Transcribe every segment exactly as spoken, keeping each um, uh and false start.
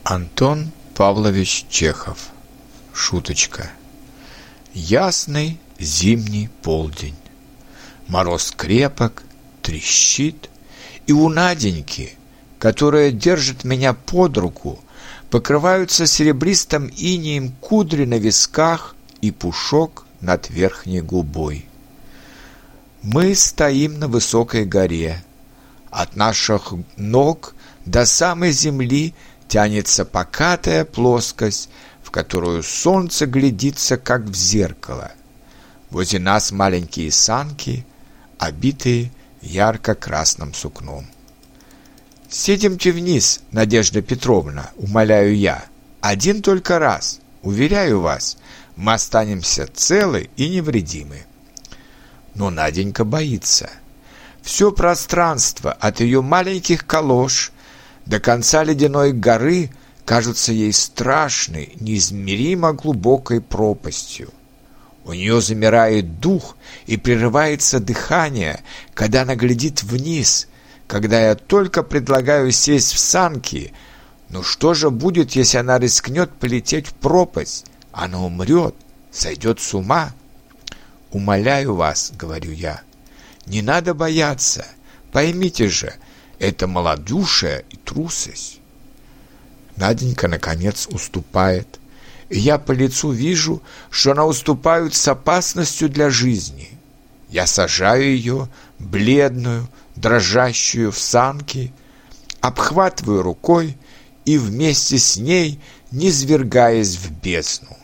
Антон Павлович Чехов. Шуточка. Ясный зимний полдень. Мороз крепок, трещит, и у Наденьки, которая держит меня под руку, покрываются серебристым инеем кудри на висках и пушок над верхней губой. Мы стоим на высокой горе. От наших ног до самой земли тянется покатая плоскость, в которую солнце глядится, как в зеркало. Возле нас маленькие санки, обитые ярко-красным сукном. «Съедемте вниз, Надежда Петровна, умоляю я. Один только раз, уверяю вас, мы останемся целы и невредимы». Но Наденька боится. Все пространство от ее маленьких калош до конца ледяной горы кажется ей страшной, неизмеримо глубокой пропастью. У нее замирает дух и прерывается дыхание, когда она глядит вниз, когда я только предлагаю сесть в санки. Но что же будет, если она рискнет полететь в пропасть? Она умрет, сойдет с ума. «Умоляю вас, — говорю я, — не надо бояться. Поймите же, это малодушие и трусость». Наденька, наконец, уступает, и я по лицу вижу, что она уступает с опасностью для жизни. Я сажаю ее, бледную, дрожащую, в санки, обхватываю рукой и вместе с ней, низвергаясь в бездну.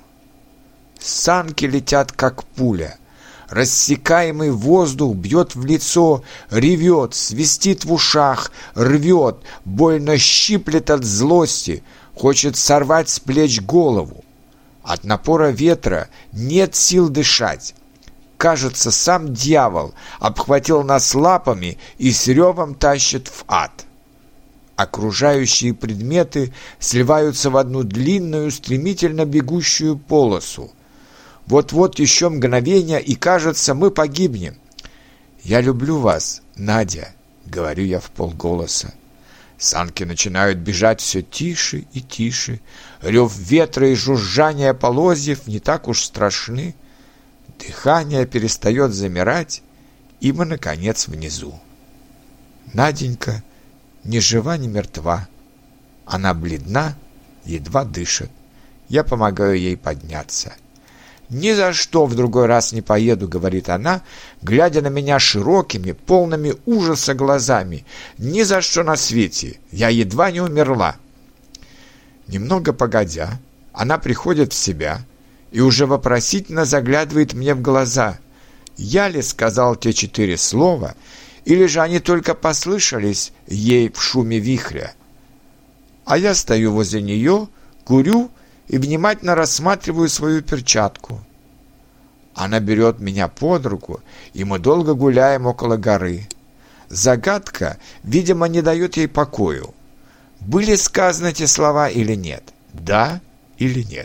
Санки летят, как пуля. Рассекаемый воздух бьет в лицо, ревет, свистит в ушах, рвет, больно щиплет от злости, хочет сорвать с плеч голову. От напора ветра нет сил дышать. Кажется, сам дьявол обхватил нас лапами и с ревом тащит в ад. Окружающие предметы сливаются в одну длинную, стремительно бегущую полосу. Вот-вот еще мгновение, и, кажется, мы погибнем. «Я люблю вас, Надя», — говорю я вполголоса. Санки начинают бежать все тише и тише. Рев ветра и жужжание полозьев не так уж страшны. Дыхание перестает замирать, и мы, наконец, внизу. Наденька ни жива, ни мертва. Она бледна, едва дышит. Я помогаю ей подняться. «Ни за что в другой раз не поеду», — говорит она, глядя на меня широкими, полными ужаса глазами. «Ни за что на свете! Я едва не умерла!» Немного погодя, она приходит в себя и уже вопросительно заглядывает мне в глаза. Я ли сказал те четыре слова, или же они только послышались ей в шуме вихря? А я стою возле нее, курю и внимательно рассматриваю свою перчатку. Она берет меня под руку, и мы долго гуляем около горы. Загадка, видимо, не дает ей покою. Были сказаны эти слова или нет? Да или нет?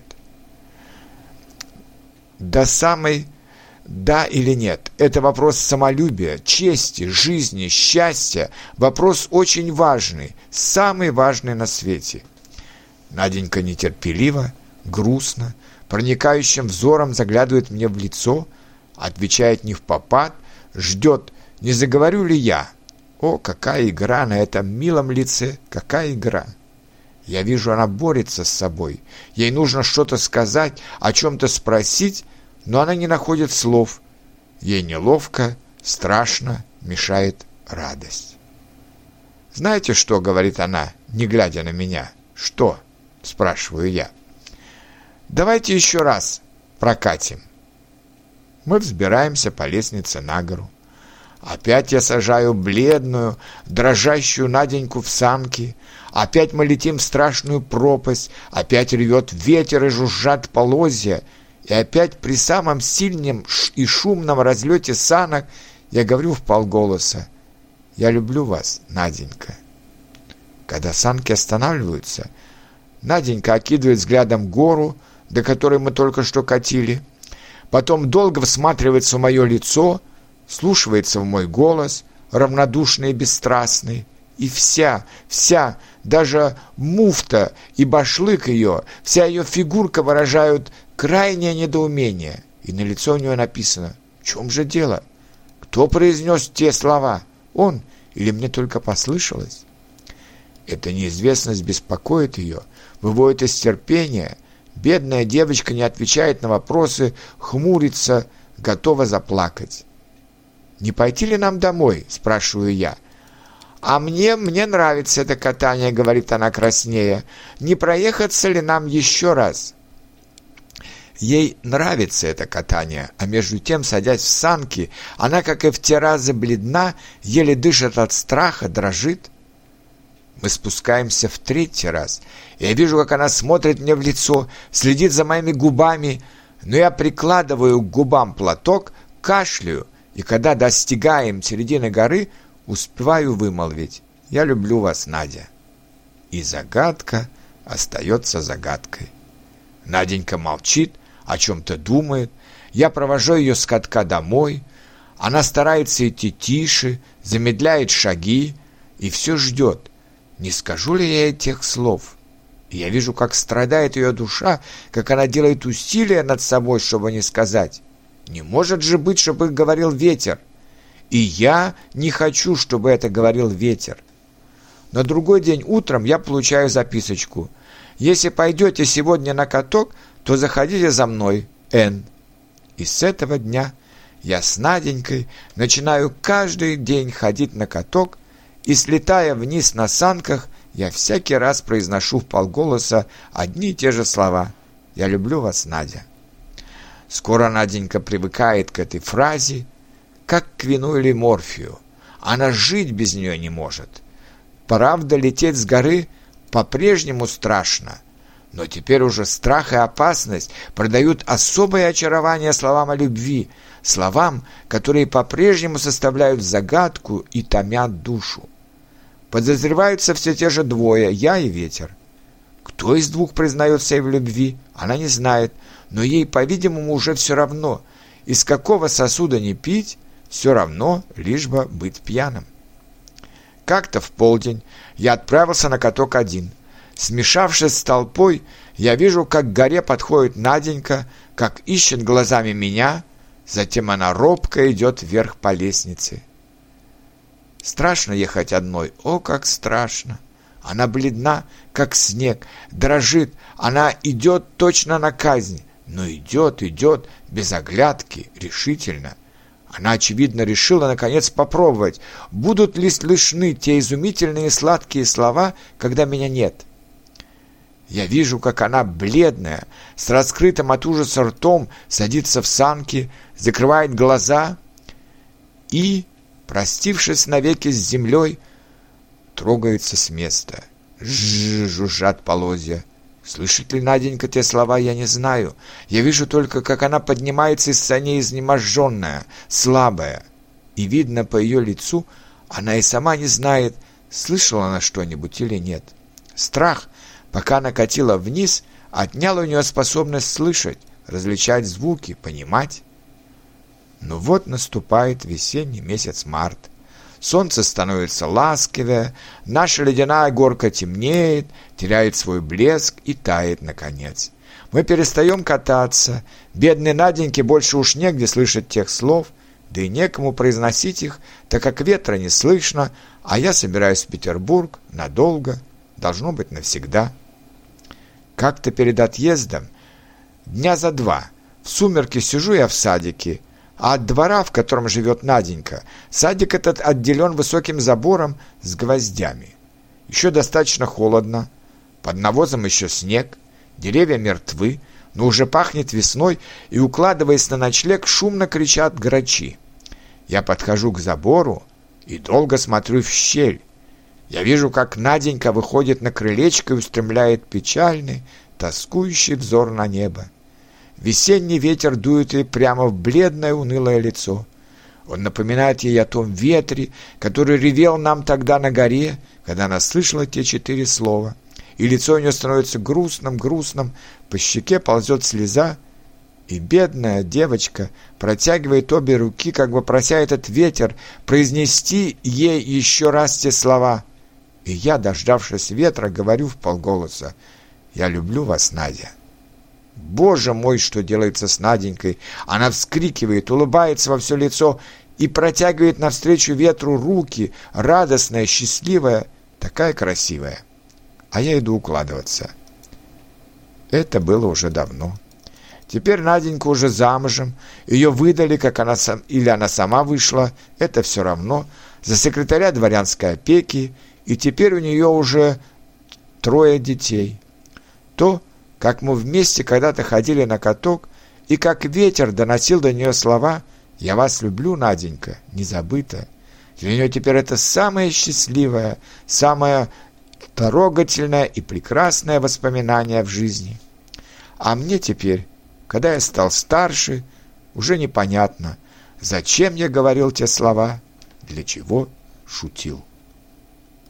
До самой «да» или нет – это вопрос самолюбия, чести, жизни, счастья, вопрос очень важный, самый важный на свете. Наденька нетерпеливо, грустно, проникающим взором заглядывает мне в лицо, отвечает не впопад, ждет, не заговорю ли я. О, какая игра на этом милом лице, какая игра! Я вижу, она борется с собой. Ей нужно что-то сказать, о чем-то спросить, но она не находит слов. Ей неловко, страшно, мешает радость. «Знаете что?» — говорит она, не глядя на меня. «Что?» — спрашиваю я. «Давайте еще раз прокатим». Мы взбираемся по лестнице на гору. Опять я сажаю бледную, дрожащую Наденьку в санки. Опять мы летим в страшную пропасть. Опять ревет ветер и жужжат полозья. И опять при самом сильном и шумном разлете санок я говорю вполголоса: «Я люблю вас, Наденька». Когда санки останавливаются, Наденька окидывает взглядом гору, до которой мы только что катили. Потом долго всматривается в мое лицо, вслушивается в мой голос, равнодушный и бесстрастный, И вся, вся, даже муфта и башлык ее, вся ее фигурка выражают крайнее недоумение. И на лицо у нее написано: в чем же дело? Кто произнес те слова? Он или мне только послышалось? Эта неизвестность беспокоит ее, выводит из терпения. Бедная девочка не отвечает на вопросы, хмурится, готова заплакать. «Не пойти ли нам домой?» – спрашиваю я. «А мне, мне нравится это катание», – говорит она краснея. «Не проехаться ли нам еще раз?» Ей нравится это катание, а между тем, садясь в санки, она, как и в те разы, бледна, еле дышит от страха, дрожит. Мы спускаемся в третий раз. Я вижу, как она смотрит мне в лицо, следит за моими губами, но я прикладываю к губам платок, кашляю, и когда достигаем середины горы, успеваю вымолвить: «Я люблю вас, Надя». И загадка остается загадкой. Наденька молчит, о чем-то думает. Я провожу ее с катка домой. Она старается идти тише, замедляет шаги и все ждет. Не скажу ли я ей тех слов? И я вижу, как страдает ее душа, как она делает усилия над собой, чтобы не сказать. Не может же быть, чтобы их говорил ветер. И я не хочу, чтобы это говорил ветер. На другой день утром я получаю записочку: «Если пойдете сегодня на каток, то заходите за мной, Н». И с этого дня я с Наденькой начинаю каждый день ходить на каток, и, слетая вниз на санках, я всякий раз произношу вполголоса одни и те же слова: «Я люблю вас, Надя». Скоро Наденька привыкает к этой фразе, как к вину или морфию. Она жить без нее не может. Правда, лететь с горы по-прежнему страшно, но теперь уже страх и опасность придают особое очарование словам о любви, словам, которые по-прежнему составляют загадку и томят душу. Подозреваются все те же двое, я и ветер. Кто из двух признается ей в любви, она не знает, но ей, по-видимому, уже все равно. Из какого сосуда не пить, все равно, лишь бы быть пьяным. Как-то в полдень я отправился на каток один. Смешавшись с толпой, я вижу, как к горе подходит Наденька, как ищет глазами меня, затем она робко идет вверх по лестнице. Страшно ехать одной, о, как страшно! Она бледна, как снег, дрожит, она идет точно на казнь, но идет, идет, без оглядки, решительно. Она, очевидно, решила, наконец, попробовать, будут ли слышны те изумительные сладкие слова, когда меня нет. Я вижу, как она, бледная, с раскрытым от ужаса ртом, садится в санки, закрывает глаза и, простившись навеки с землей, трогается с места. Жжж, жужжат полозья. Слышит ли Наденька те слова, я не знаю. Я вижу только, как она поднимается из саней изнеможенная, слабая. И видно по ее лицу, она и сама не знает, слышала она что-нибудь или нет. Страх, пока она катила вниз, отнял у нее способность слышать, различать звуки, понимать. Но вот наступает весенний месяц март. Солнце становится ласковее, наша ледяная горка темнеет, теряет свой блеск и тает, наконец. Мы перестаем кататься, бедной Наденьке больше уж негде слышать тех слов, да и некому произносить их, так как ветра не слышно, а я собираюсь в Петербург надолго, должно быть навсегда. Как-то перед отъездом, дня за два, в сумерки сижу я в садике, а от двора, в котором живет Наденька, садик этот отделен высоким забором с гвоздями. Еще достаточно холодно, под навозом еще снег, деревья мертвы, но уже пахнет весной, и, укладываясь на ночлег, шумно кричат грачи. Я подхожу к забору и долго смотрю в щель. Я вижу, как Наденька выходит на крылечко и устремляет печальный, тоскующий взор на небо. Весенний ветер дует ей прямо в бледное унылое лицо. Он напоминает ей о том ветре, который ревел нам тогда на горе, когда она слышала те четыре слова. И лицо у нее становится грустным-грустным, по щеке ползет слеза, и бедная девочка протягивает обе руки, как бы прося этот ветер произнести ей еще раз те слова: И я, дождавшись ветра, говорю вполголоса: «Я люблю вас, Надя». Боже мой, что делается с Наденькой! Она вскрикивает, улыбается во все лицо и протягивает навстречу ветру руки, радостная, счастливая, такая красивая. А я иду укладываться. Это было уже давно. Теперь Наденька уже замужем, ее выдали, как она сам, или она сама вышла, это все равно, за секретаря дворянской опеки, и теперь у нее уже трое детей. То, как мы вместе когда-то ходили на каток, и как ветер доносил до нее слова «Я вас люблю, Наденька», не забыто. Для нее теперь это самое счастливое, самое трогательное и прекрасное воспоминание в жизни. А мне теперь, когда я стал старше, уже непонятно, зачем я говорил те слова, для чего шутил.